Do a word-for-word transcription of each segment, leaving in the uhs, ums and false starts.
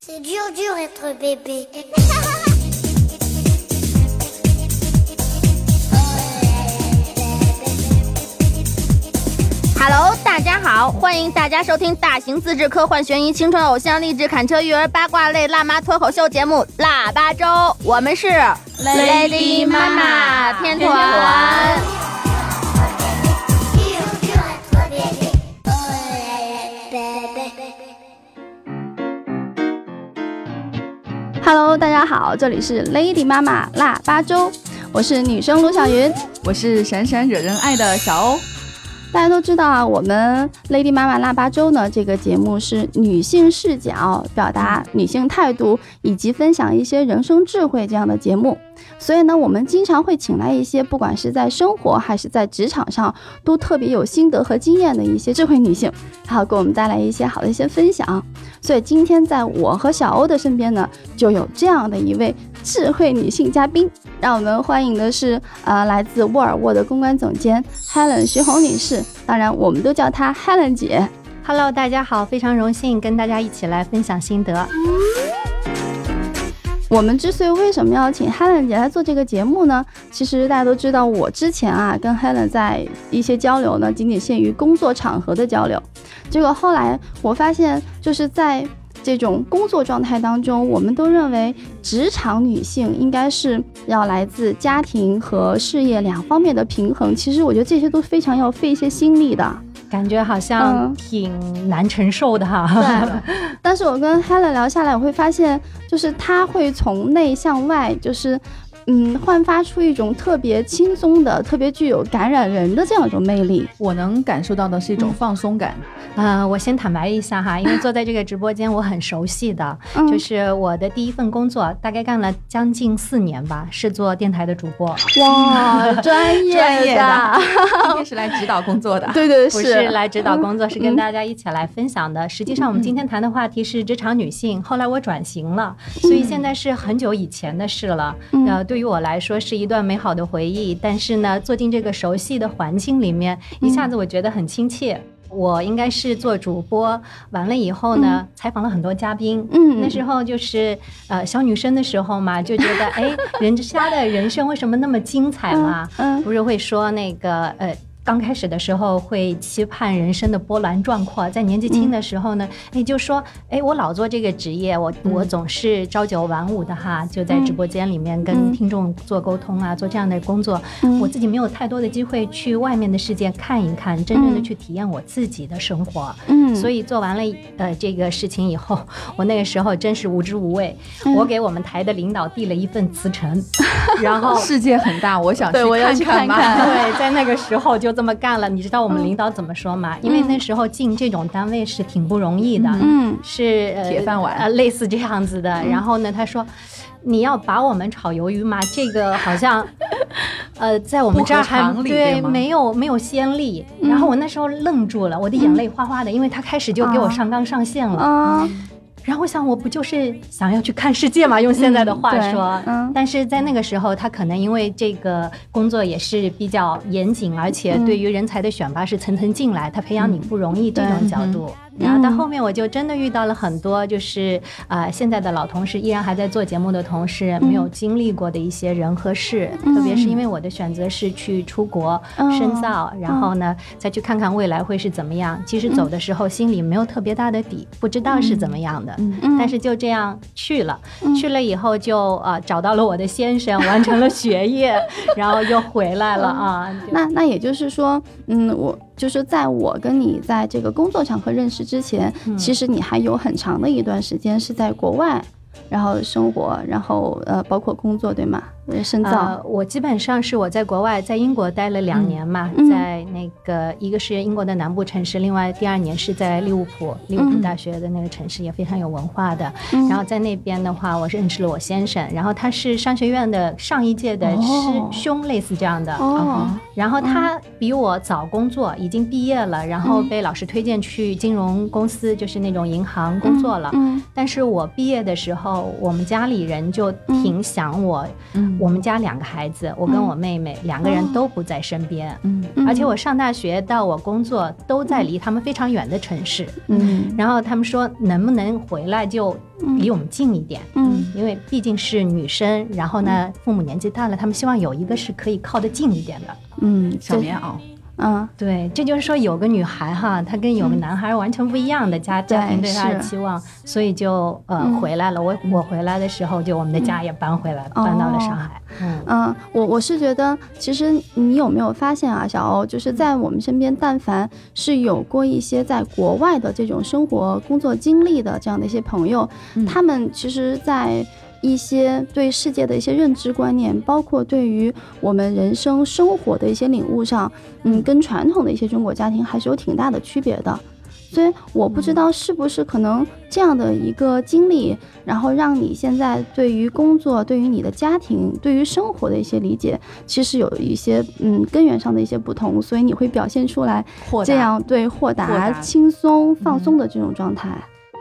C'est dur dur être bébé. Hello， 大家好，欢迎大家收听大型自制科幻悬疑青春偶像励志砍车育儿八卦类辣妈脱口秀节目《腊八粥》，我们是 Lady 妈妈天团。Hello， 大家好，这里是 Lady 妈妈腊八粥，我是女生卢小云， 我是闪闪惹人爱的小欧。 大家都知道啊，我们 Lady 妈妈腊八粥呢，这个节目是女性视角，表达女性态度以及分享一些人生智慧这样的节目。所以呢，我们经常会请来一些不管是在生活还是在职场上都特别有心得和经验的一些智慧女性，还有给我们带来一些好的一些分享。所以今天在我和小欧的身边呢，就有这样的一位智慧女性嘉宾，让我们欢迎的是呃来自沃尔沃的公关总监 Helen 徐红女士，当然我们都叫她 Helen 姐。 Hello， 大家好，非常荣幸跟大家一起来分享心得。 我们之所以为什么要请 Helen 姐来做这个节目呢？其实大家都知道，我之前啊跟 Helen 在一些交流呢，仅仅限于工作场合的交流。结果后来我发现，就是在这种工作状态当中，我们都认为职场女性应该是要来自家庭和事业两方面的平衡。其实我觉得这些都非常要费一些心力的。 感觉好像挺难承受的哈、 嗯、对，但是我跟 Helen 聊下来，我会发现就是她会从内向外，就是嗯，焕发出一种特别轻松的、特别具有感染人的这样一种魅力。 我能感受到的是一种放松感。 嗯、呃，我先坦白一下哈，因为坐在这个直播间，我很熟悉的，嗯、就是我的第一份工作，大概干了将近四年吧，是做电台的主播。 哇，专业的， 专业的，今天是来指导工作的。 对对， 不是来指导工作，是跟大家一起来分享的。嗯、实际上，我们今天谈的话题是职场女性，后来我转型了，所以现在是很久以前的事了。嗯、呃，对于我来说是一段美好的回忆，但是呢，坐进这个熟悉的环境里面，一下子我觉得很亲切。我应该是做主播完了以后呢，嗯、采访了很多嘉宾。嗯，那时候就是呃小女生的时候嘛，就觉得哎，人家的人生为什么那么精彩嘛？嗯，不是会说那个呃。刚开始的时候会期盼人生的波澜壮阔，在年纪轻的时候呢，哎、嗯，就说，哎，我老做这个职业，我、嗯、我总是朝九晚五的哈，就在直播间里面跟听众做沟通啊，嗯、做这样的工作，嗯、我自己没有太多的机会去外面的世界看一看，真正的去体验我自己的生活。嗯，所以做完了呃这个事情以后，我那个时候真是无知无畏，嗯、我给我们台的领导递了一份辞呈，然后世界很大，我想去看看嘛。 对，我要去看看。 对，在那个时候就这么干了。你知道我们领导怎么说吗？嗯、因为那时候进这种单位是挺不容易的，嗯，是呃铁饭碗， 呃类似这样子的。嗯、然后呢，他说你要把我们炒鱿鱼吗？这个好像呃在我们这儿还对没有没有先例。嗯、然后我那时候愣住了，我的眼泪哗哗的，嗯、因为他开始就给我上纲上线了。啊嗯然后我想，我不就是想要去看世界嘛？用现在的话说，嗯，但是在那个时候，他可能因为这个工作也是比较严谨，而且对于人才的选拔是层层进来，他培养你不容易这种角度。然后到后面我就真的遇到了很多就是呃现在的老同事，依然还在做节目的同事，没有经历过的一些人和事，嗯、特别是因为我的选择是去出国深造，嗯、然后呢再去看看未来会是怎么样。其实走的时候心里没有特别大的底，不知道是怎么样的，嗯、但是就这样去了。嗯、去了以后就呃找到了我的先生，完成了学业，然后又回来了啊。 那那也就是说，嗯，我。就是在我跟你在这个工作场合认识之前，嗯、其实你还有很长的一段时间是在国外，然后生活，然后呃，包括工作，对吗？深造、 呃。我基本上是我在国外，在英国待了两年嘛，嗯、在那个一个是英国的南部城市，另外第二年是在利物浦，利物浦大学的那个城市也非常有文化的。嗯、然后在那边的话，我认识了我先生，然后他是商学院的上一届的师兄，哦、类似这样的。哦。然后他比我早工作，已经毕业了，然后被老师推荐去金融公司，就是那种银行工作了。嗯。但是我毕业的时候，我们家里人就挺想我。嗯我们家两个孩子，我跟我妹妹、嗯、两个人都不在身边，嗯，而且我上大学到我工作都在离他们非常远的城市，嗯，然后他们说能不能回来就离我们近一点，嗯，因为毕竟是女生，然后呢父母年纪大了，他们希望有一个是可以靠得近一点的， 嗯，小棉袄。 嗯，对，这就是说有个女孩哈，她跟有个男孩完全不一样的家、嗯、家庭对她的期望，所以就呃、嗯、回来了。我我回来的时候，就我们的家也搬回来了，嗯、搬到了上海。嗯嗯，我我是觉得，其实你有没有发现啊，小欧，就是在我们身边，但凡是有过一些在国外的这种生活工作经历的这样的一些朋友，嗯、他们其实，在一些对世界的一些认知观念，包括对于我们人生生活的一些领悟上，嗯，跟传统的一些中国家庭还是有挺大的区别的。所以我不知道是不是可能这样的一个经历，然后让你现在对于工作、对于你的家庭、对于生活的一些理解，其实有一些嗯根源上的一些不同，所以你会表现出来这样对豁达、豁达轻松、放松的这种状态。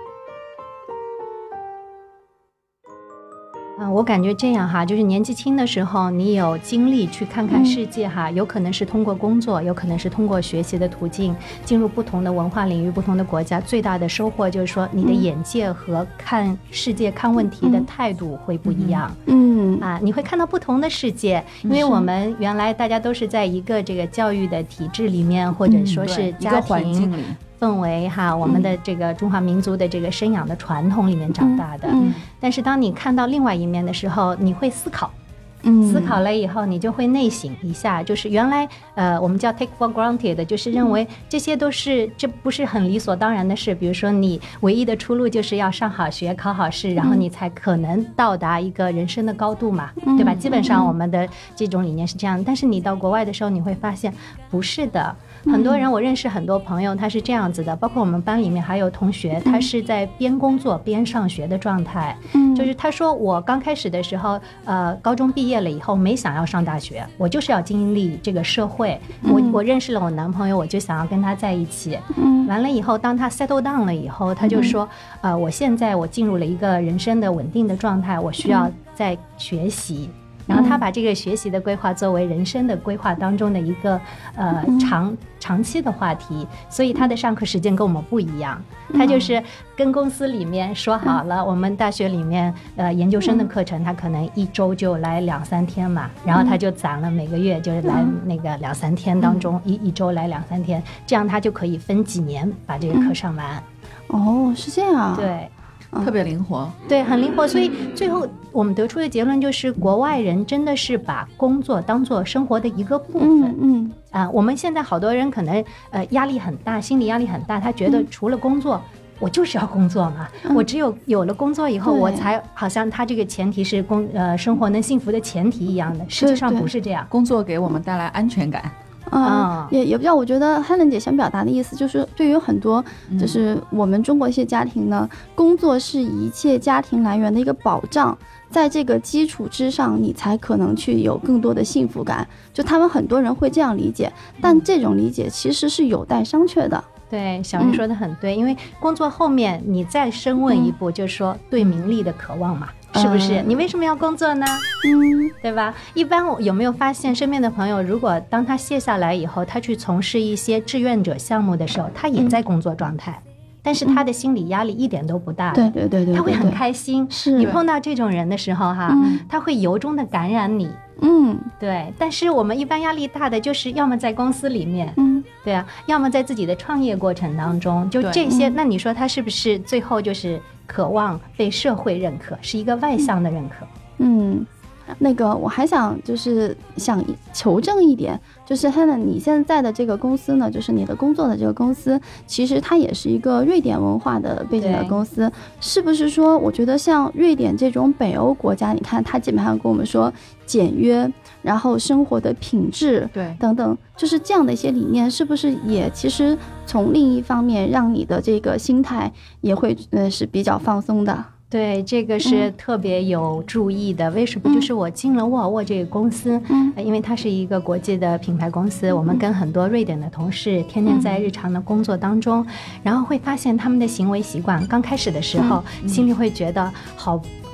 嗯，我感觉这样哈，就是年纪轻的时候，你有精力去看看世界哈，嗯、有可能是通过工作，有可能是通过学习的途径，进入不同的文化领域、不同的国家。最大的收获就是说，你的眼界和看世界、看问题的态度会不一样。嗯啊，你会看到不同的世界，因为我们原来大家都是在一个这个教育的体制里面，或者说是家庭氛围哈，我们的这个中华民族的这个生养的传统里面长大的，嗯嗯、但是当你看到另外一面的时候，你会思考，嗯、思考了以后，你就会内省一下，就是原来呃，我们叫 take for granted， 就是认为这些都是这不是很理所当然的事。比如说，你唯一的出路就是要上好学、考好试，然后你才可能到达一个人生的高度嘛，嗯、对吧？基本上我们的这种理念是这样，但是你到国外的时候，你会发现不是的。很多人，我认识很多朋友，他是这样子的，包括我们班里面还有同学，他是在边工作边上学的状态。嗯，就是他说我刚开始的时候，呃，高中毕业了以后没想要上大学，我就是要经历这个社会。我我认识了我男朋友，我就想要跟他在一起。嗯，完了以后，当他 settle down 了以后，他就说，呃，我现在我进入了一个人生的稳定的状态，我需要再学习。然后他把这个学习的规划作为人生的规划当中的一个呃长长期的话题，所以他的上课时间跟我们不一样，他就是跟公司里面说好了，我们大学里面呃研究生的课程他可能一周就来两三天嘛，然后他就攒了每个月就是来那个两三天当中一一周来两三天，这样他就可以分几年把这个课上完。 哦，是这样。 对。 特别灵活， 对，很灵活。所以最后我们得出的结论就是，国外人真的是把工作当做生活的一个部分。嗯嗯啊，我们现在好多人可能呃压力很大，心理压力很大，他觉得除了工作，嗯、我就是要工作嘛。嗯、我只有有了工作以后，我才好像他这个前提是工呃生活能幸福的前提一样的，实际上不是这样。 工作给我们带来安全感。 嗯，也也不知道，我觉得 Helen 姐想表达的意思就是，对于很多就是我们中国一些家庭呢，嗯、工作是一切家庭来源的一个保障，在这个基础之上，你才可能去有更多的幸福感。就他们很多人会这样理解，但这种理解其实是有待商榷的。 对，小云说的很对，嗯、因为工作后面你再深问一步，嗯、就是说对名利的渴望嘛。是不是？你为什么要工作呢？嗯，对吧？一般有没有发现身边的朋友，如果当他卸下来以后，他去从事一些志愿者项目的时候，他也在工作状态，嗯、但是他的心理压力一点都不大。 对对对对， 他会很开心。是你碰到这种人的时候哈，嗯、他会由衷的感染你。嗯，对。但是我们一般压力大的就是要么在公司里面，嗯，对啊，要么在自己的创业过程当中，就这些。那你说他是不是最后就是渴望被社会认可，是一个外向的认可？嗯， 那个我还想就是想求证一点，就是 Helen 你现在的这个公司呢，就是你的工作的这个公司，其实它也是一个瑞典文化的背景的公司，是不是说我觉得像瑞典这种北欧国家，你看它基本上跟我们说简约，然后生活的品质对等等，就是这样的一些理念，是不是也其实从另一方面让你的这个心态也会呃是比较放松的？ 对，这个是特别有注意的。嗯、为什么？就是我进了沃尔沃这个公司，嗯、因为它是一个国际的品牌公司，嗯、我们跟很多瑞典的同事天天在日常的工作当中，嗯、然后会发现他们的行为习惯。刚开始的时候，嗯、心里会觉得好。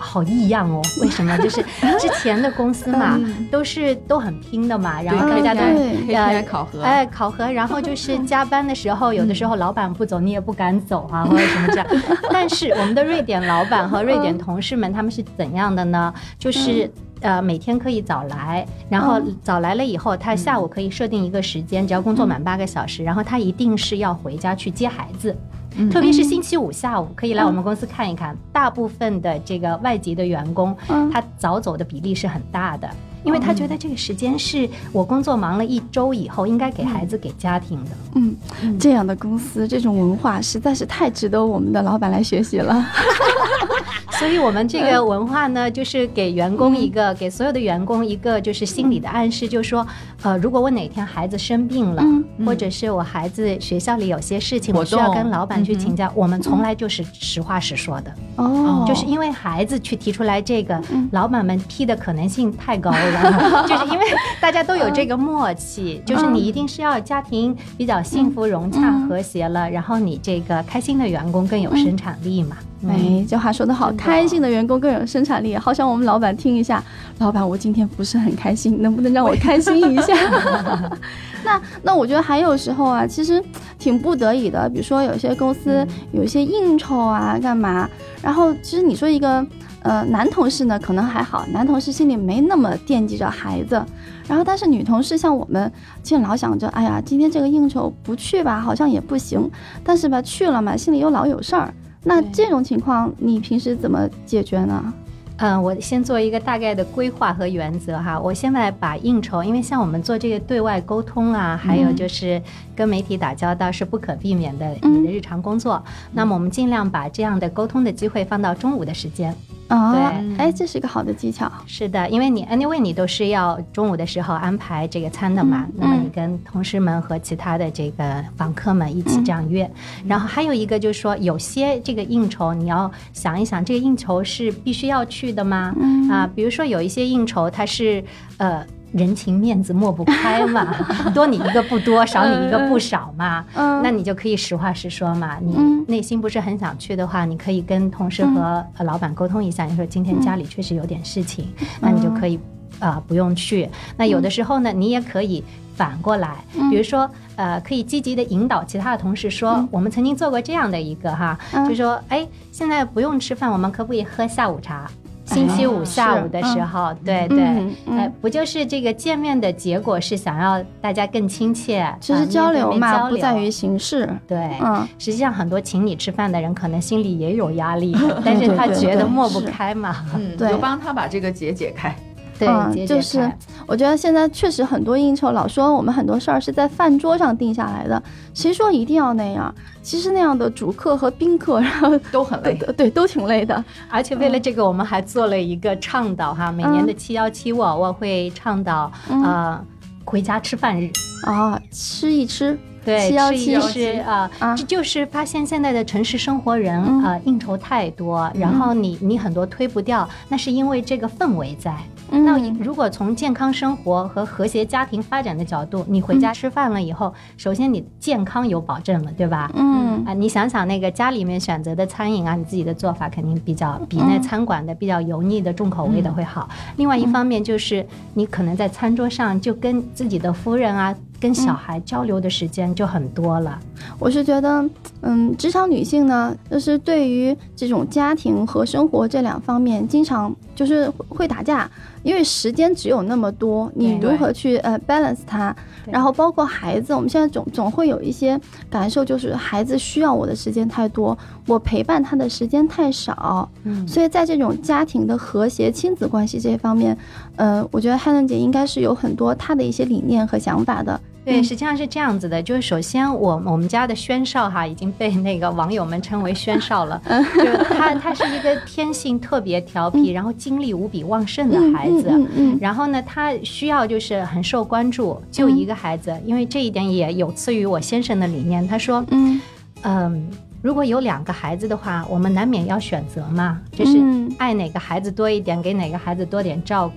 好异样哦，为什么？就是之前的公司嘛，都是都很拼的嘛，然后大家都 K P I 考核， 哎考核，然后就是加班的时候，有的时候老板不走，你也不敢走啊，或者什么这样。但是我们的瑞典老板和瑞典同事们他们是怎样的呢？就是呃每天可以早来，然后早来了以后，他下午可以设定一个时间，只要工作满八个小时，然后他一定是要回家去接孩子。嗯、特别是星期五下午可以来我们公司看一看，嗯、大部分的这个外籍的员工，嗯、他早走的比例是很大的，因为他觉得这个时间是我工作忙了一周以后应该给孩子、给家庭的。 嗯，嗯这样的公司这种文化实在是太值得我们的老板来学习了。 所以我们这个文化呢，就是给员工一个、嗯、给所有的员工一个就是心理的暗示，就是说呃，如果我哪天孩子生病了、嗯、或者是我孩子学校里有些事情我需要跟老板去请假、嗯、我们从来就是实话实说的。哦，就是因为孩子去提出来这个、嗯、老板们批的可能性太高了。就是因为大家都有这个默契、嗯、就是你一定是要家庭比较幸福融洽、嗯、和谐了，然后你这个开心的员工更有生产力嘛。 哎，这话说得好，开心的员工更有生产力。好想我们老板听一下，老板，我今天不是很开心，能不能让我开心一下？那那我觉得还有时候啊，其实挺不得已的，比如说有些公司有一些应酬啊，干嘛？然后其实你说一个呃男同事呢，可能还好，男同事心里没那么惦记着孩子。然后但是女同事像我们，其实老想着，哎呀，今天这个应酬不去吧，好像也不行，但是吧去了嘛，心里又老有事儿。那这种情况你平时怎么解决呢？ 嗯，我先做一个大概的规划和原则哈。我现在把应酬，因为像我们做这个对外沟通啊，还有就是跟媒体打交道是不可避免的，你的日常工作。嗯、那么我们尽量把这样的沟通的机会放到中午的时间。 哦，对，哎，这是一个好的技巧。 是的，因为你 anyway 你都是要中午的时候安排这个餐的嘛，嗯、那么你跟同事们和其他的这个访客们一起这样约。嗯、然后还有一个就是说，有些这个应酬你要想一想，这个应酬是必须要去的吗？嗯、啊，比如说有一些应酬它是呃。人情面子抹不开嘛，多你一个不多，少你一个不少嘛，嗯、那你就可以实话实说嘛。你内心不是很想去的话，你可以跟同事和老板沟通一下，你说今天家里确实有点事情，嗯、那你就可以呃不用去。那有的时候呢，你也可以反过来，比如说呃可以积极的引导其他的同事说，嗯、我们曾经做过这样的一个哈，嗯、就说哎现在不用吃饭，我们可不可以喝下午茶？星期五下午的时候，哎、对对，哎、嗯嗯呃，不就是这个见面的结果是想要大家更亲切， 其实交流嘛，啊、不在于形式。 对，嗯，实际上很多请你吃饭的人可能心里也有压力，但是他觉得抹不开嘛， 嗯，就帮他把这个结解开。 对， 嗯，就是我觉得现在确实很多应酬老说我们很多事儿是在饭桌上定下来的，谁说一定要那样？其实那样的主客和宾客，然后都很累， 对，对都挺累的。 而且为了这个，我们还做了一个倡导哈，嗯、每年的七幺七沃尔沃会倡导、嗯、呃回家吃饭日啊，吃一吃。 对，吃一吃啊，这就是发现现在的城市生活人啊、呃，应酬太多，嗯、然后你你很多推不掉，那是因为这个氛围在。嗯、那如果从健康生活和和谐家庭发展的角度，你回家吃饭了以后，嗯、首先你健康有保证了，对吧？嗯啊，你想想那个家里面选择的餐饮啊，你自己的做法肯定比较比那餐馆的比较油腻的重口味的会好。嗯、另外一方面就是你可能在餐桌上就跟自己的夫人啊。跟小孩交流的时间就很多了。 我是觉得嗯，职场女性呢，就是对于这种家庭和生活这两方面经常就是会打架，因为时间只有那么多，你如何去呃 balance 它，然后包括孩子，我们现在总总会有一些感受，就是孩子需要我的时间太多，我陪伴他的时间太少。嗯，所以在这种家庭的和谐亲子关系这方面呃，我觉得Helen姐应该是有很多她的一些理念和想法的。 对，实际上是这样子的，就是首先我我们家的宣少哈已经被那个网友们称为宣少了，就他他是一个天性特别调皮，然后精力无比旺盛的孩子，然后呢他需要就是很受关注，就一个孩子，因为这一点也有次于我先生的理念，他说嗯嗯。如果有两个孩子的话，我们难免要选择嘛，就是爱哪个孩子多一点，给哪个孩子多点照顾。嗯、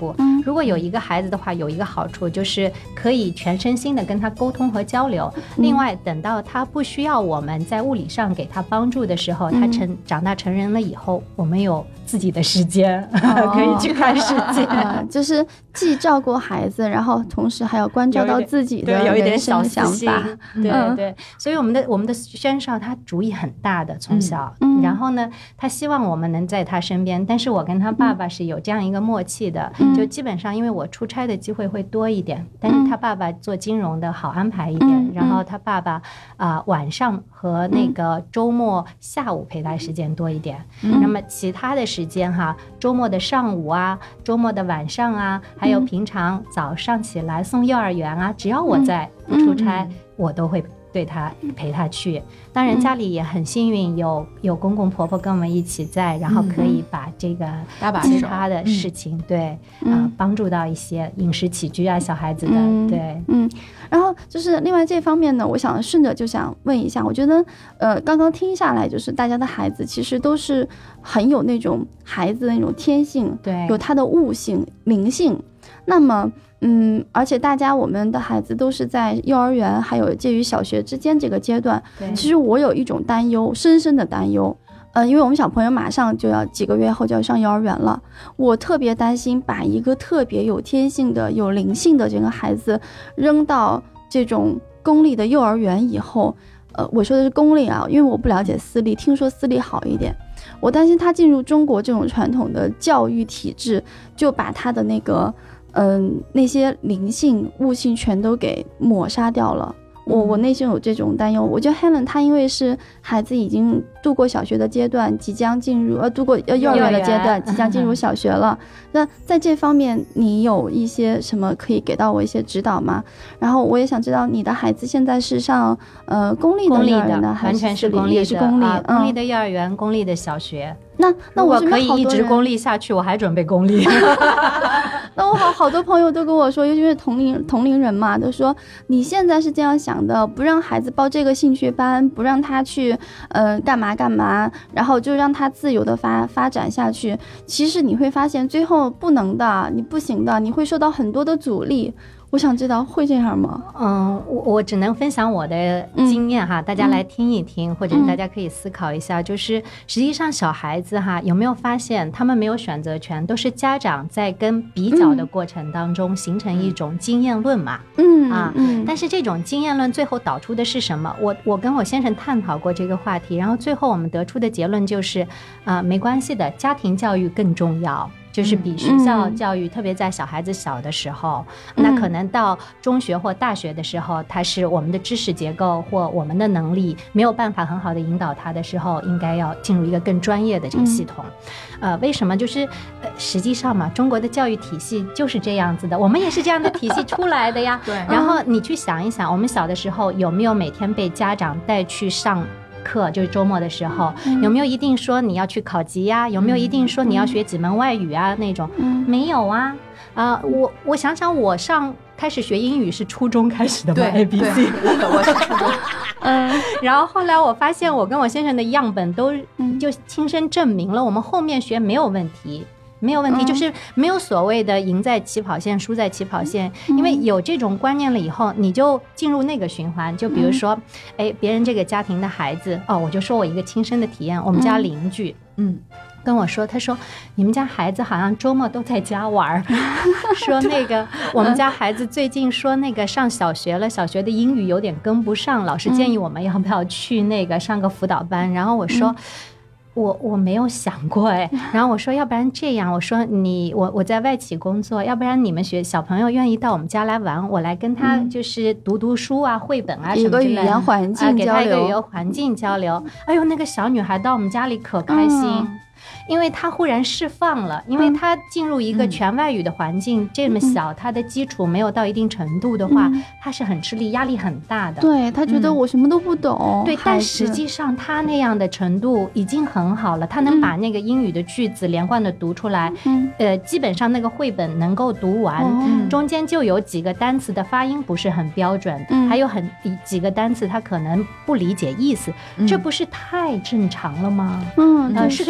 如果有一个孩子的话，有一个好处就是可以全身心的跟他沟通和交流。另外，等到他不需要我们在物理上给他帮助的时候，他成长大成人了以后，我们有自己的时间、哦、可以去看世界、 呃、就是既照顾孩子，然后同时还有关照到自己的人生想法。 对对对，所以我们的我们的宣少他主意很大的，从小、嗯、然后呢他希望我们能在他身边，但是我跟他爸爸是有这样一个默契的、嗯、就基本上因为我出差的机会会多一点，但是他爸爸做金融的好安排一点、嗯、然后他爸爸啊、呃、晚上和那个周末下午陪他时间多一点、嗯、那么其他的时间哈，周末的上午啊，周末的晚上啊，还有平常早上起来送幼儿园啊，只要我在不出差、嗯、我都会对他陪他去。当然家里也很幸运有有公公婆婆跟我们一起在，然后可以把这个其他的事情、嗯、对、嗯呃、帮助到一些饮食起居啊小孩子的、嗯、对嗯。然后就是另外这方面呢，我想顺着就想问一下，我觉得呃刚刚听下来，就是大家的孩子其实都是很有那种孩子的那种天性， 对， 有他的悟性灵性。那么嗯，而且大家我们的孩子都是在幼儿园还有介于小学之间这个阶段，其实我有一种担忧，深深的担忧。呃，因为我们小朋友马上就要几个月后就要上幼儿园了，我特别担心把一个特别有天性的有灵性的这个孩子扔到这种公立的幼儿园以后，呃，我说的是公立啊，因为我不了解私立，听说私立好一点，我担心他进入中国这种传统的教育体制，就把他的那个嗯，那些灵性悟性全都给抹杀掉了。我我内心有这种担忧。我觉得 Helen 她因为是孩子已经度过小学的阶段，即将进入呃度过呃幼儿园的阶段，即将进入小学了。那在这方面你有一些什么可以给到我一些指导吗？然后我也想知道你的孩子现在是上呃公立的幼儿园呢，还是完全是公立的？ 也是公立、 啊嗯、公立的幼儿园，公立的小学。 那那我可以一直公立下去，我还准备公立。 那我好好多朋友都跟我说，尤其是同龄同龄人嘛，都说你现在是这样想的，不让孩子报这个兴趣班，不让他去呃干嘛干嘛，然后就让他自由的发发展下去。其实你会发现最后不能的，你不行的，你会受到很多的阻力。我想知道会这样吗？ 嗯，我我只能分享我的经验哈、嗯，大家来听一听、嗯，或者大家可以思考一下，就是实际上小孩子哈，有没有发现他们没有选择权，都是家长在跟比较的过程当中形成一种经验论嘛？嗯啊、嗯，但是这种经验论最后导出的是什么？我我跟我先生探讨过这个话题，然后最后我们得出的结论就是，啊、呃，没关系的，家庭教育更重要。就是比学校教育、嗯、特别在小孩子小的时候、嗯、那可能到中学或大学的时候，它是我们的知识结构或我们的能力没有办法很好的引导他的时候，应该要进入一个更专业的这个系统、嗯、呃，为什么？就是呃，实际上嘛，中国的教育体系就是这样子的，我们也是这样的体系出来的呀。对。然后你去想一想，我们小的时候有没有每天被家长带去上课，就是周末的时候、嗯、有没有一定说你要去考级呀、啊？有没有一定说你要学几门外语啊、嗯、那种、嗯、没有啊啊、呃！我我想想，我上开始学英语是初中开始的嘛 ，A B C， 我是初中。 嗯，然后后来我发现我跟我先生的样本都就亲身证明了，我们后面学没有问题。没有问题，就是没有所谓的赢在起跑线输在起跑线，因为有这种观念了以后，你就进入那个循环。就比如说哎，别人这个家庭的孩子，哦，我就说我一个亲身的体验，我们家邻居嗯跟我说，他说你们家孩子好像周末都在家玩说那个我们家孩子最近说那个上小学了，小学的英语有点跟不上，老师建议我们要不要去那个上个辅导班。然后我说、嗯我我没有想过哎，然后我说要不然这样，我说你我我在外企工作，要不然你们学小朋友愿意到我们家来玩，我来跟他就是读读书啊、绘本啊什么之类的， 一个语言环境交流、啊、 给他一个语言环境交流。哎呦，那个小女孩到我们家里可开心。嗯，因为他忽然释放了，因为他进入一个全外语的环境、嗯、这么小，他的基础没有到一定程度的话、嗯、他是很吃力，压力很大的。 对，他觉得我什么都不懂、 嗯、对，但实际上他那样的程度已经很好了，他能把那个英语的句子连贯的读出来、嗯、呃，基本上那个绘本能够读完、嗯、中间就有几个单词的发音不是很标准、嗯、还有很几个单词他可能不理解意思、嗯、这不是太正常了吗？嗯，呃，是个小学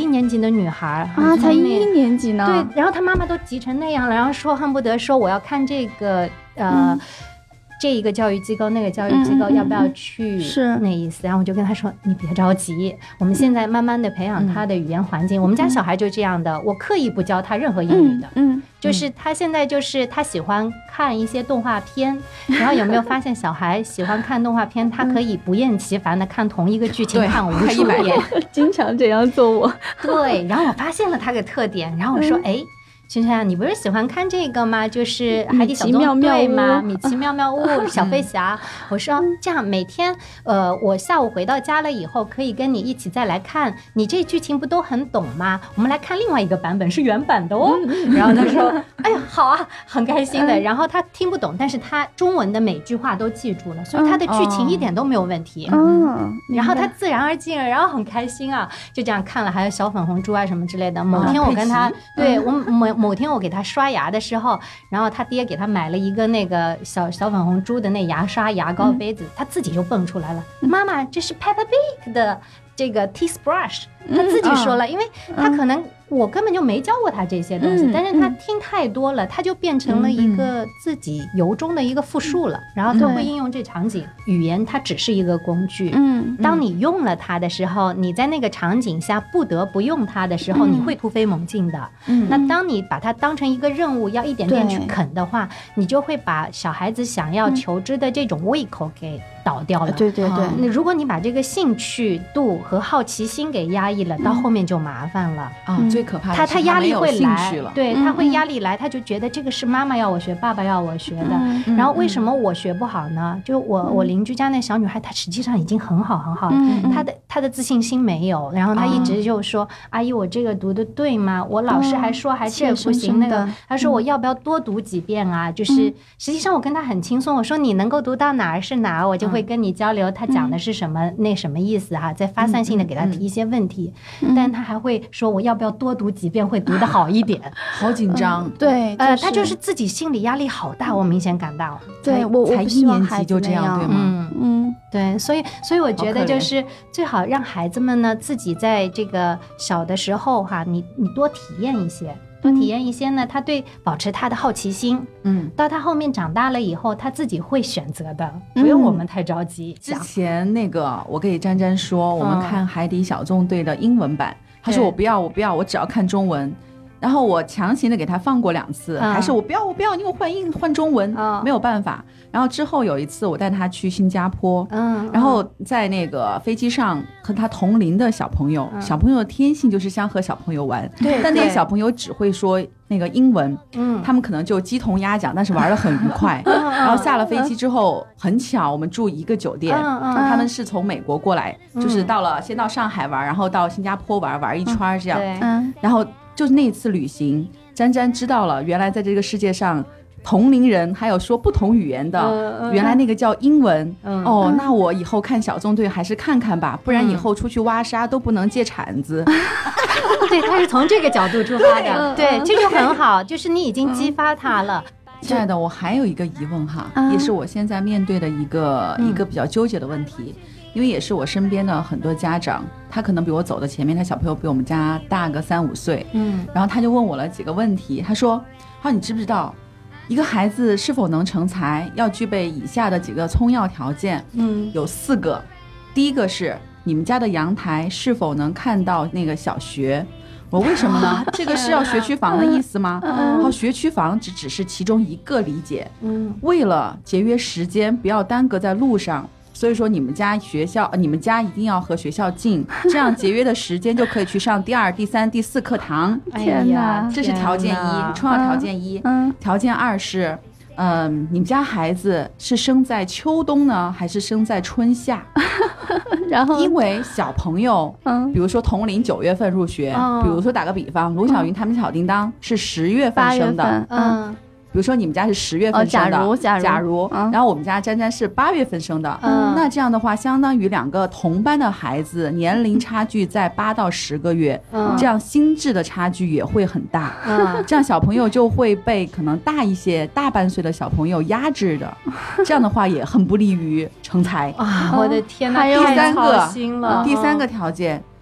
一年级的女孩啊，才一年级呢。 对，然后她妈妈都急成那样了，然后说恨不得说我要看这个呃。嗯这一个教育机构，那个教育机构要不要去？是那意思。然后我就跟他说：“你别着急，我们现在慢慢的培养他的语言环境。嗯、我们家小孩就这样的，我刻意不教他任何英语的。嗯，嗯就是他现在就是他喜欢看一些动画片，然后有没有发现小孩喜欢看动画片，他可以不厌其烦的看同一个剧情看无数遍， 经常这样做我。 对，然后我发现了他的特点，然后我说：哎。嗯萱萱，你不是喜欢看这个吗？就是海底小纵队吗？米奇妙妙屋、小飞侠。我说这样，每天呃，我下午回到家了以后，可以跟你一起再来看。你这剧情不都很懂吗？我们来看另外一个版本，是原版的哦。然后他说：“哎呀，好啊，很开心的。”然后他听不懂，但是他中文的每句话都记住了，所以他的剧情一点都没有问题。嗯，然后他自然而然，然后很开心啊，就这样看了，还有小粉红猪啊什么之类的。某天我跟他，对我某。某天我给他刷牙的时候，然后他爹给他买了一个那个小小粉红猪的那牙刷牙膏杯子，嗯、他自己就蹦出来了，嗯、妈妈，这是 Peppa Pig 的这个 teeth brush， 他自己说了，嗯、因为他可能。我根本就没教过他这些东西，嗯、但是他听太多了，嗯、他就变成了一个自己由衷的一个复述了，嗯、然后他会应用这场景。语言它只是一个工具，嗯，当你用了它的时候，你在那个场景下不得不用它的时候，嗯、你会突飞猛进的。嗯，那当你把它当成一个任务，要一点点去啃的话，你就会把小孩子想要求知的这种胃口给倒掉了。 对对对， 那如果你把这个兴趣度和好奇心给压抑了，到后面就麻烦了啊。最可怕的是他他压力会来，对， 嗯、 他会压力来，他就觉得这个是妈妈要我学，爸爸要我学的。嗯、然后为什么我学不好呢？就我、嗯、我邻居家那小女孩，她实际上已经很好很好了，嗯、她的她的自信心没有，然后她一直就说：“嗯、阿姨，我这个读的对吗？”我老师还说还这不行，那个她说我要不要多读几遍啊？就是实际上我跟她很轻松，我说你能够读到哪儿是哪儿，我就会跟你交流，她讲的是什么，嗯、那什么意思哈？再发散性的给她提一些问题，嗯、但她还会说我要不要多读几遍会读得好一点。 好紧张， 嗯、对， 呃，他就是自己心理压力好大，我明显感到。 对我， 才一年级就这样，对吗？ 嗯嗯，对，所以所以我觉得就是最好让孩子们呢自己在这个小的时候哈，你你多体验一些。多体验一些呢，他对保持他的好奇心，嗯，到他后面长大了以后，他自己会选择的，不用我们太着急。 之前那个，我给詹詹说，我们看《海底小纵队》的英文版，他说我不要，我不要，我只要看中文。然后我强行的给他放过两次，嗯、还是我不要我不要，你给我换英换中文，哦、没有办法。然后之后有一次我带他去新加坡，嗯，然后在那个飞机上和他同龄的小朋友，嗯、小朋友的天性就是想和小朋友玩， 对， 但那些小朋友只会说那个英文，嗯，他们可能就鸡同鸭讲，但是玩得很愉快。然后下了飞机之后，很巧我们住一个酒店，嗯、他们是从美国过来，嗯、就是到了先到上海玩，然后到新加坡玩玩一圈这样，嗯，然后。就是那次旅行，詹詹知道了，原来在这个世界上，同龄人还有说不同语言的，呃、原来那个叫英文。嗯、哦，嗯、那我以后看小纵队还是看看吧，不然以后出去挖沙都不能借铲子。嗯、 对，他是从这个角度出发的，对，对这就很好，就是你已经激发他了。嗯亲爱的，我还有一个疑问哈，嗯、也是我现在面对的一个、嗯、一个比较纠结的问题。因为也是我身边的很多家长，他可能比我走的前面，他小朋友比我们家大个三五岁，嗯，然后他就问我了几个问题，他说：“好，你知不知道，一个孩子是否能成才，要具备以下的几个充要条件？嗯，有四个。第一个是你们家的阳台是否能看到那个小学。”我为什么呢？这个是要学区房的意思吗？好，学区房只只是其中一个理解。嗯，为了节约时间，不要耽搁在路上。所以说你们家学校你们家一定要和学校近，这样节约的时间就可以去上第二第三第四课堂。 天哪， 这是条件一，重要条件一。嗯，条件二是嗯、呃，你们家孩子是生在秋冬呢还是生在春夏？然后因为小朋友嗯，比如说同龄九月份入学、嗯、比如说打个比方卢小云他们小叮当是十月份生的，嗯，比如说你们家是十月份生的、哦、假如假如, 假如、嗯、然后我们家詹詹是八月份生的、嗯、那这样的话相当于两个同班的孩子年龄差距在八到十个月、嗯、这样心智的差距也会很大、嗯、这样小朋友就会被可能大一些大半岁的小朋友压制的，这样的话也很不利于成才啊！我的天哪， 第三个太操心了。 第三个条件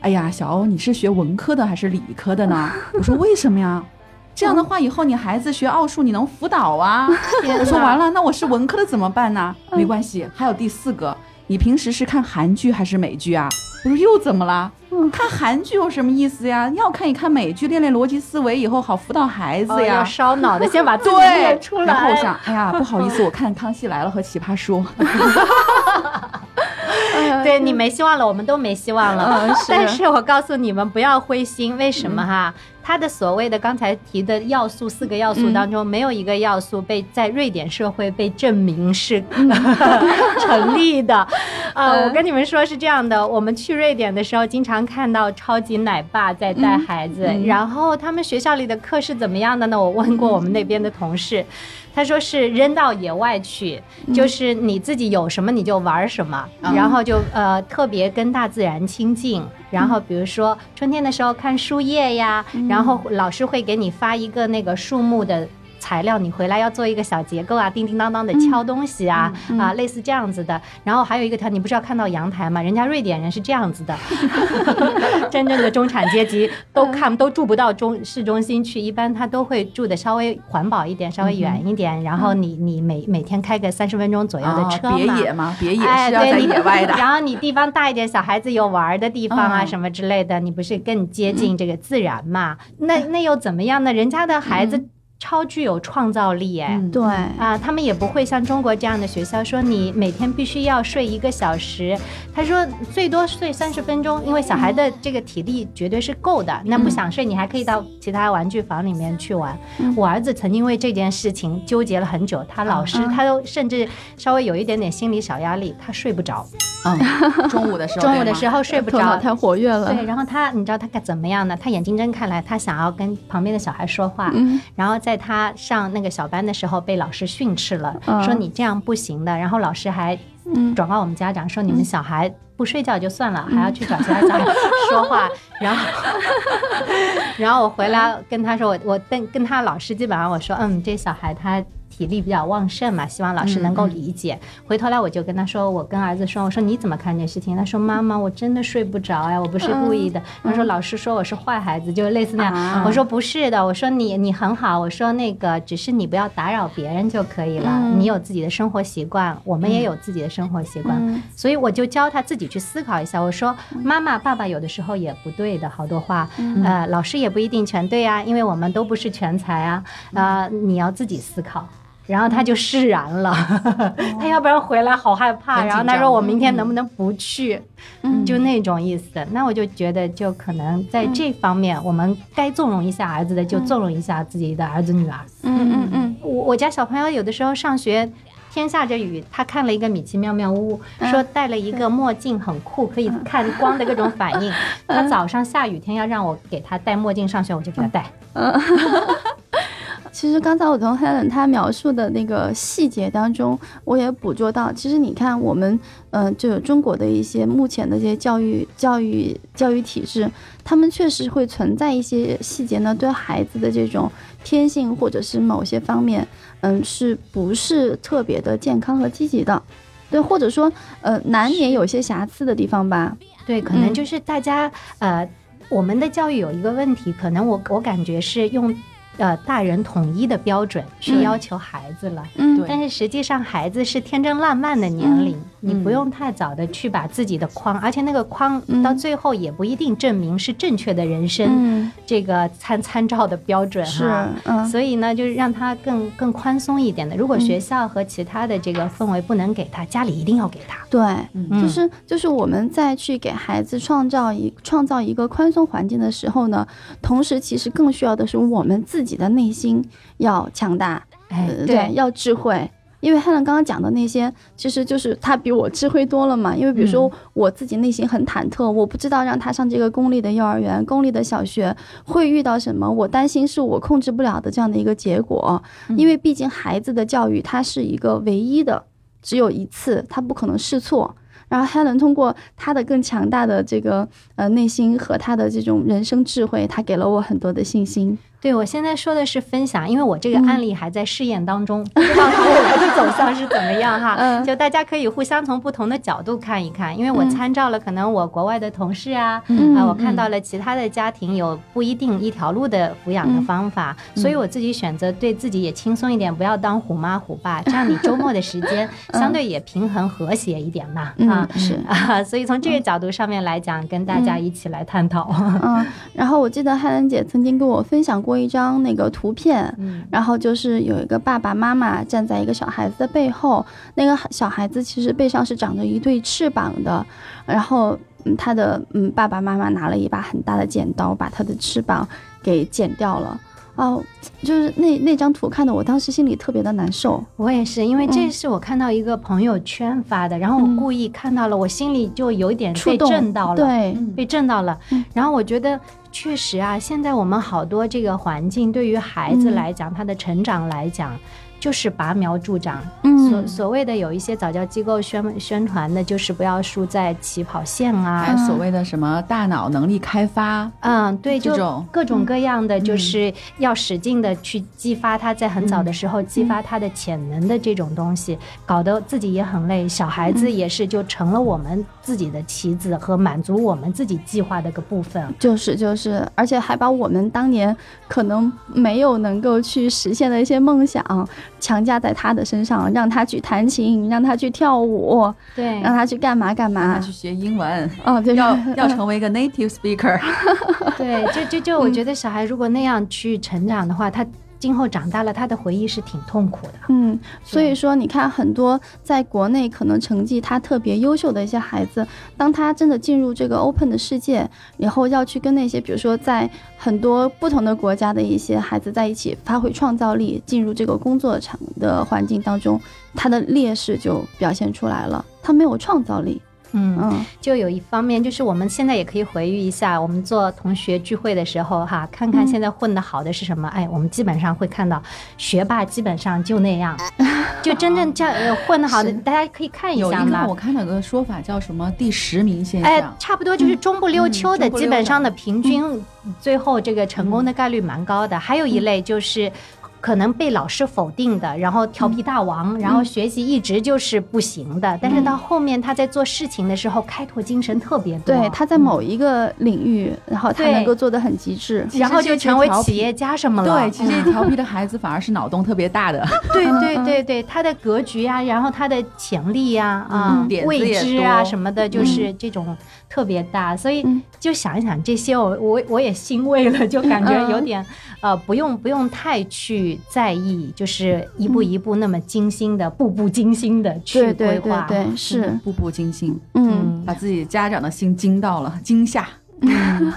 哎呀，小欧你是学文科的还是理科的呢？我说为什么呀？这样的话以后你孩子学奥数你能辅导啊。我说完了，那我是文科的怎么办呢？没关系，还有第四个，你平时是看韩剧还是美剧啊？我说又怎么了？看韩剧有什么意思呀？要看一看美剧，练练逻辑思维，以后好辅导孩子呀。 哦、要烧脑的，先把自己练出来。 然后我想，哎呀，不好意思，我看《康熙来了》和《奇葩说》。 对，你没希望了，我们都没希望了。嗯、是但是我告诉你们，不要灰心，为什么哈？嗯，它的所谓的刚才提的要素，四个要素当中，嗯、没有一个要素被在瑞典社会被证明是、嗯、成立的。呃，我跟你们说是这样的，我们去瑞典的时候，经常看到超级奶爸在带孩子，嗯嗯、然后他们学校里的课是怎么样的呢？我问过我们那边的同事。他说是扔到野外去，就是你自己有什么你就玩什么，嗯、然后就呃特别跟大自然亲近。然后比如说春天的时候看树叶呀，嗯、然后老师会给你发一个那个树木的材料，你回来要做一个小结构啊，叮叮当当的敲东西啊、嗯、啊，类似这样子的。然后还有一个条，你不是要看到阳台吗？人家瑞典人是这样子的，真正的中产阶级都看都住不到中市中心去，一般他都会住的稍微环保一点，稍微远一点。嗯、然后你你每每天开个三十分钟左右的车嘛， 别野嘛，别野是要在野外的。 哎、然后你地方大一点，小孩子有玩的地方啊、嗯、什么之类的，你不是更接近这个自然嘛？嗯、那那又怎么样呢？人家的孩子、嗯超具有创造力哎、 嗯，对啊，他们也不会像中国这样的学校说你每天必须要睡一个小时，他说最多睡三十分钟，因为小孩的这个体力绝对是够的。嗯、那不想睡，你还可以到其他玩具房里面去玩。嗯、我儿子曾经为这件事情纠结了很久，他老师、嗯、他都甚至稍微有一点点心理小压力，他睡不着。 嗯，中午的时候， 中午的时候睡不着， 头脑太活跃了。 对，然后他，你知道他该怎么样呢？他眼睛睁开来，他想要跟旁边的小孩说话，嗯、然后在他上那个小班的时候被老师训斥了，嗯、说你这样不行的。然后老师还转告我们家长说，你们小孩不睡觉就算了，嗯、还要去找其他小孩说话。然后，然后我回来跟他说，我我跟跟他老师基本上我说，嗯，这小孩他体力比较旺盛嘛，希望老师能够理解。嗯、回头来我就跟他说，我跟儿子说，我说你怎么看这事情？他说妈妈，我真的睡不着呀，我不是故意的。他、嗯、说老师说我是坏孩子，就类似那样。啊、我说不是的，我说你你很好，我说那个只是你不要打扰别人就可以了。嗯、你有自己的生活习惯，我们也有自己的生活习惯，嗯、所以我就教他自己去思考一下。我说妈妈爸爸有的时候也不对的，好多话，嗯、呃，老师也不一定全对啊，因为我们都不是全才啊，呃，你要自己思考。然后他就释然了，嗯、他要不然回来好害怕。然后他说我明天能不能不去，嗯、就那种意思。那我就觉得就可能在这方面，我们该纵容一下儿子的就纵容一下自己的儿子女儿。嗯嗯嗯，我我家小朋友有的时候上学天下着雨，他看了一个米奇妙妙屋，嗯、说戴了一个墨镜很酷，可以看光的各种反应。嗯、他早上下雨天要让我给他戴墨镜上学，我就给他戴。嗯其实刚才我从 Helen 她描述的那个细节当中，我也捕捉到，其实你看我们，嗯、呃，就有中国的一些目前的这些教育、教育、教育体制，他们确实会存在一些细节呢，对孩子的这种天性或者是某些方面，嗯，是不是特别的健康和积极的？对，或者说，呃，难免有些瑕疵的地方吧？ 对，可能就是大家，嗯、呃，我们的教育有一个问题，可能我我感觉是用。呃，大人统一的标准去要求孩子了，嗯，但是实际上孩子是天真烂漫的年龄，嗯、你不用太早的去把自己的框，嗯、而且那个框到最后也不一定证明是正确的人生，嗯、这个参参照的标准哈，是，嗯，所以呢，就是让他更更宽松一点的。如果学校和其他的这个氛围不能给他，家里一定要给他。 对，嗯、就是就是我们在去给孩子创造一创造一个宽松环境的时候呢，同时其实更需要的是我们自己。自己的内心要强大，哎，呃、对，要智慧。因为 Helen 刚刚讲的那些，其实就是他比我智慧多了嘛。因为比如说我自己内心很忐忑，嗯、我不知道让他上这个公立的幼儿园、公立的小学会遇到什么，我担心是我控制不了的这样的一个结果。嗯、因为毕竟孩子的教育它是一个唯一的，只有一次，他不可能试错。然后 Helen 通过他的更强大的这个呃内心和他的这种人生智慧，他给了我很多的信心。 对，我现在说的是分享，因为我这个案例还在试验当中，不知道它未来的走向是怎么样哈。嗯，就大家可以互相从不同的角度看一看，因为我参照了可能我国外的同事啊，嗯、啊，我看到了其他的家庭有不一定一条路的抚养的方法，嗯、所以我自己选择对自己也轻松一点，不要当虎妈虎爸，这样你周末的时间相对也平衡和谐一点嘛。嗯、啊， 是啊，所以从这个角度上面来讲，跟大家一起来探讨。 嗯，然后我记得汉兰姐曾经跟我分享过一张那个图片，嗯、然后就是有一个爸爸妈妈站在一个小孩子的背后，那个小孩子其实背上是长着一对翅膀的，然后嗯，他的嗯爸爸妈妈拿了一把很大的剪刀，把他的翅膀给剪掉了。哦，就是那那张图看的我当时心里特别的难受。 我也是，因为这是我看到一个朋友圈发的，嗯、然后我故意看到了，我心里就有一点被震到了， 对， 嗯、被震到了。嗯、然后我觉得确实啊，现在我们好多这个环境对于孩子来讲，嗯、他的成长来讲，就是拔苗助长。嗯，所所谓的有一些早教机构宣宣传的，就是不要输在起跑线啊， 还有所谓的什么大脑能力开发， 嗯，对， 这种各种各样的，就是要使劲的去激发他在很早的时候激发他的潜能的这种东西，嗯、搞得自己也很累，小孩子也是就成了我们自己的棋子和满足我们自己计划的个部分。 就是就是，而且还把我们当年可能没有能够去实现的一些梦想强加在他的身上，让他去弹琴，让他去跳舞， 对， 让他去干嘛干嘛， 让他去学英文， 哦，对， 要要成为一个 native speaker。 对，就就就我觉得小孩如果那样去成长的话，他今后长大了，他的回忆是挺痛苦的。 嗯，所以说你看，很多在国内可能成绩他特别优秀的一些孩子，当他真的进入这个 open 的世界以后，要去跟那些比如说在很多不同的国家的一些孩子在一起发挥创造力，进入这个工作场的环境当中，他的劣势就表现出来了，他没有创造力。 嗯，就有一方面就是我们现在也可以回忆一下，我们做同学聚会的时候哈，看看现在混得好的是什么。嗯、哎，我们基本上会看到学霸基本上就那样，就真正这样混得好的，大家可以看一下嘛。 我看到有个说法叫什么第十名现象， 哎，差不多就是中不溜秋的，嗯、基本上的平均，嗯、最后这个成功的概率蛮高的。嗯、还有一类就是可能被老师否定的，然后调皮大王，嗯、然后学习一直就是不行的，嗯、但是到后面他在做事情的时候开拓精神特别多， 对，他在某一个领域，嗯、然后他能够做得很极致， 然后就成为企业家什么了。 对，其实调皮的孩子反而是脑洞特别大的。 对对对对，他的格局啊，然后他的潜力呀、啊，啊、嗯，未知啊什么的，就是这种特别大，嗯、所以就想一想这些，我我我也欣慰了，就感觉有点、嗯、呃，不用不用太去在意，就是一步一步那么精心的、嗯、步步精心的去规划， 对对对对，是、 嗯、步步精心，嗯，把自己家长的心惊到了，惊吓。嗯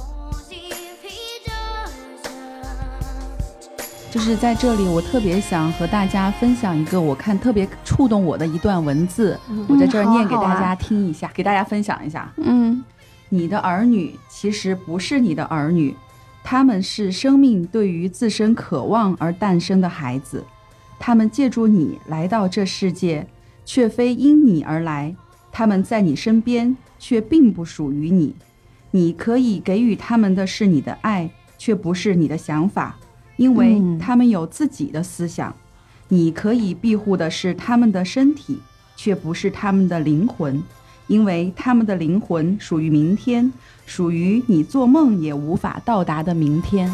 就是在这里，我特别想和大家分享一个我看特别触动我的一段文字，嗯、我在这儿念给大家听一下，嗯、给大家分享一下。 嗯， 你的儿女其实不是你的儿女，他们是生命对于自身渴望而诞生的孩子，他们借助你来到这世界，却非因你而来，他们在你身边，却并不属于你。你可以给予他们的是你的爱，却不是你的想法。因为他们有自己的思想，嗯、你可以庇护的是他们的身体，却不是他们的灵魂，因为他们的灵魂属于明天，属于你做梦也无法到达的明天。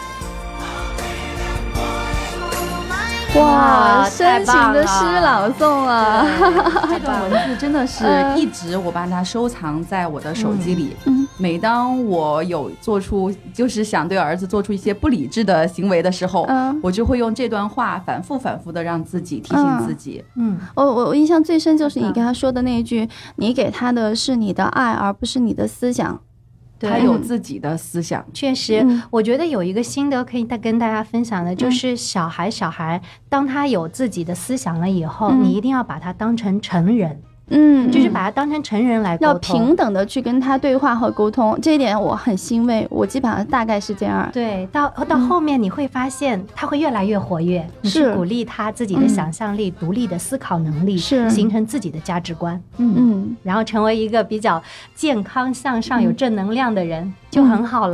哇，深情的诗朗诵啊！ 这段文字真的是一直我把它收藏在我的手机里。嗯，每当我有做出就是想对儿子做出一些不理智的行为的时候，嗯，我就会用这段话反复反复的让自己提醒自己。嗯， 我我我印象最深就是你跟他说的那一句：“你给他的是你的爱，而不是你的思想。” 他有自己的思想， 确实、嗯、我觉得有一个心得可以跟大家分享的，就是小孩小孩当他有自己的思想了以后、嗯、你一定要把他当成成人，嗯，就是把他当成成人来沟通， 要平等的去跟他对话和沟通，这一点我很欣慰，我基本上大概是这样。 对，到到后面你会发现他会越来越活跃，你是鼓励他自己的想象力、嗯、独立的思考能力，是形成自己的价值观，嗯嗯，然后成为一个比较健康向上、有正能量的人、嗯、就很好了。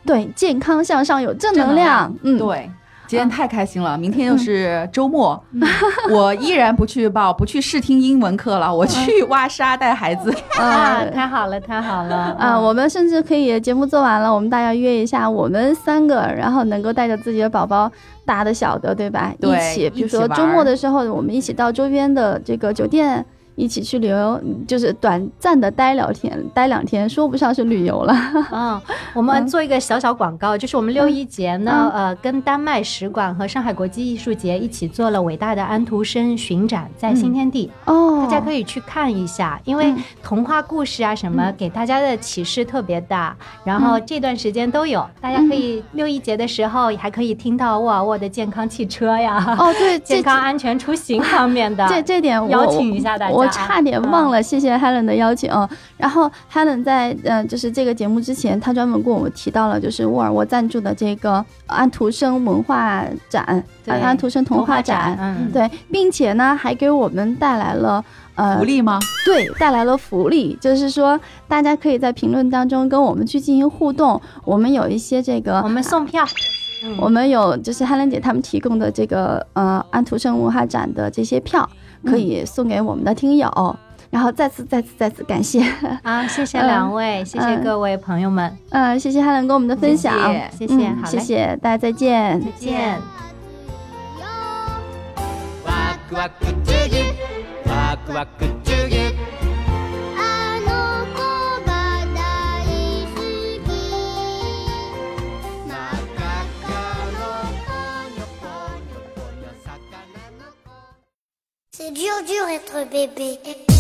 对，健康向上，有正能量。 嗯，对。今天太开心了，明天又是周末，嗯、我依然不去报，不去试听英文课了，我去挖沙带孩子。 啊，太好了，太好了！ 啊，我们甚至可以节目做完了，我们大家约一下，我们三个，然后能够带着自己的宝宝，大的小的，对吧？ 对， 一起，比如说周末的时候，我们一起到周边的这个酒店。一起去旅游，就是短暂的待两天，待两天说不上是旅游了。 嗯，我们做一个小小广告，就是我们六一节呢， 嗯、 呃，跟丹麦使馆和上海国际艺术节一起做了伟大的安徒生巡展，在新天地。 嗯、哦， 大家可以去看一下，因为童话故事啊什么，嗯、给大家的启示特别大。然后这段时间都有，嗯、大家可以六一节的时候还可以听到沃尔沃的健康汽车呀， 哦对， 健康安全出行方面的， 这这点我邀请一下大家。 我差点忘了，谢谢 Helen 的邀请啊、嗯。然后 Helen 在呃，就是这个节目之前，他专门跟我们提到了，就是沃尔沃赞助的这个安徒生文化展，安徒生童话展， 嗯， 对，并且呢，还给我们带来了呃福利吗？ 对，带来了福利，就是说大家可以在评论当中跟我们去进行互动，我们有一些这个， 我们送票。 嗯、我们有就是 Helen 姐他们提供的这个呃安徒生文化展的这些票，可以送给我们的听友。嗯，然后再次再次再次感谢啊，谢谢两位，嗯、谢谢各位朋友们， 嗯、呃，谢谢Helen跟我们的分享， 谢谢，谢谢， 嗯、好，谢谢大家，再见， 再见。 ワクワクチュギワクワクチュギあの子が大好き真っ赤っかのポニョポニョポニョ魚の子 C'est dur dur être bébé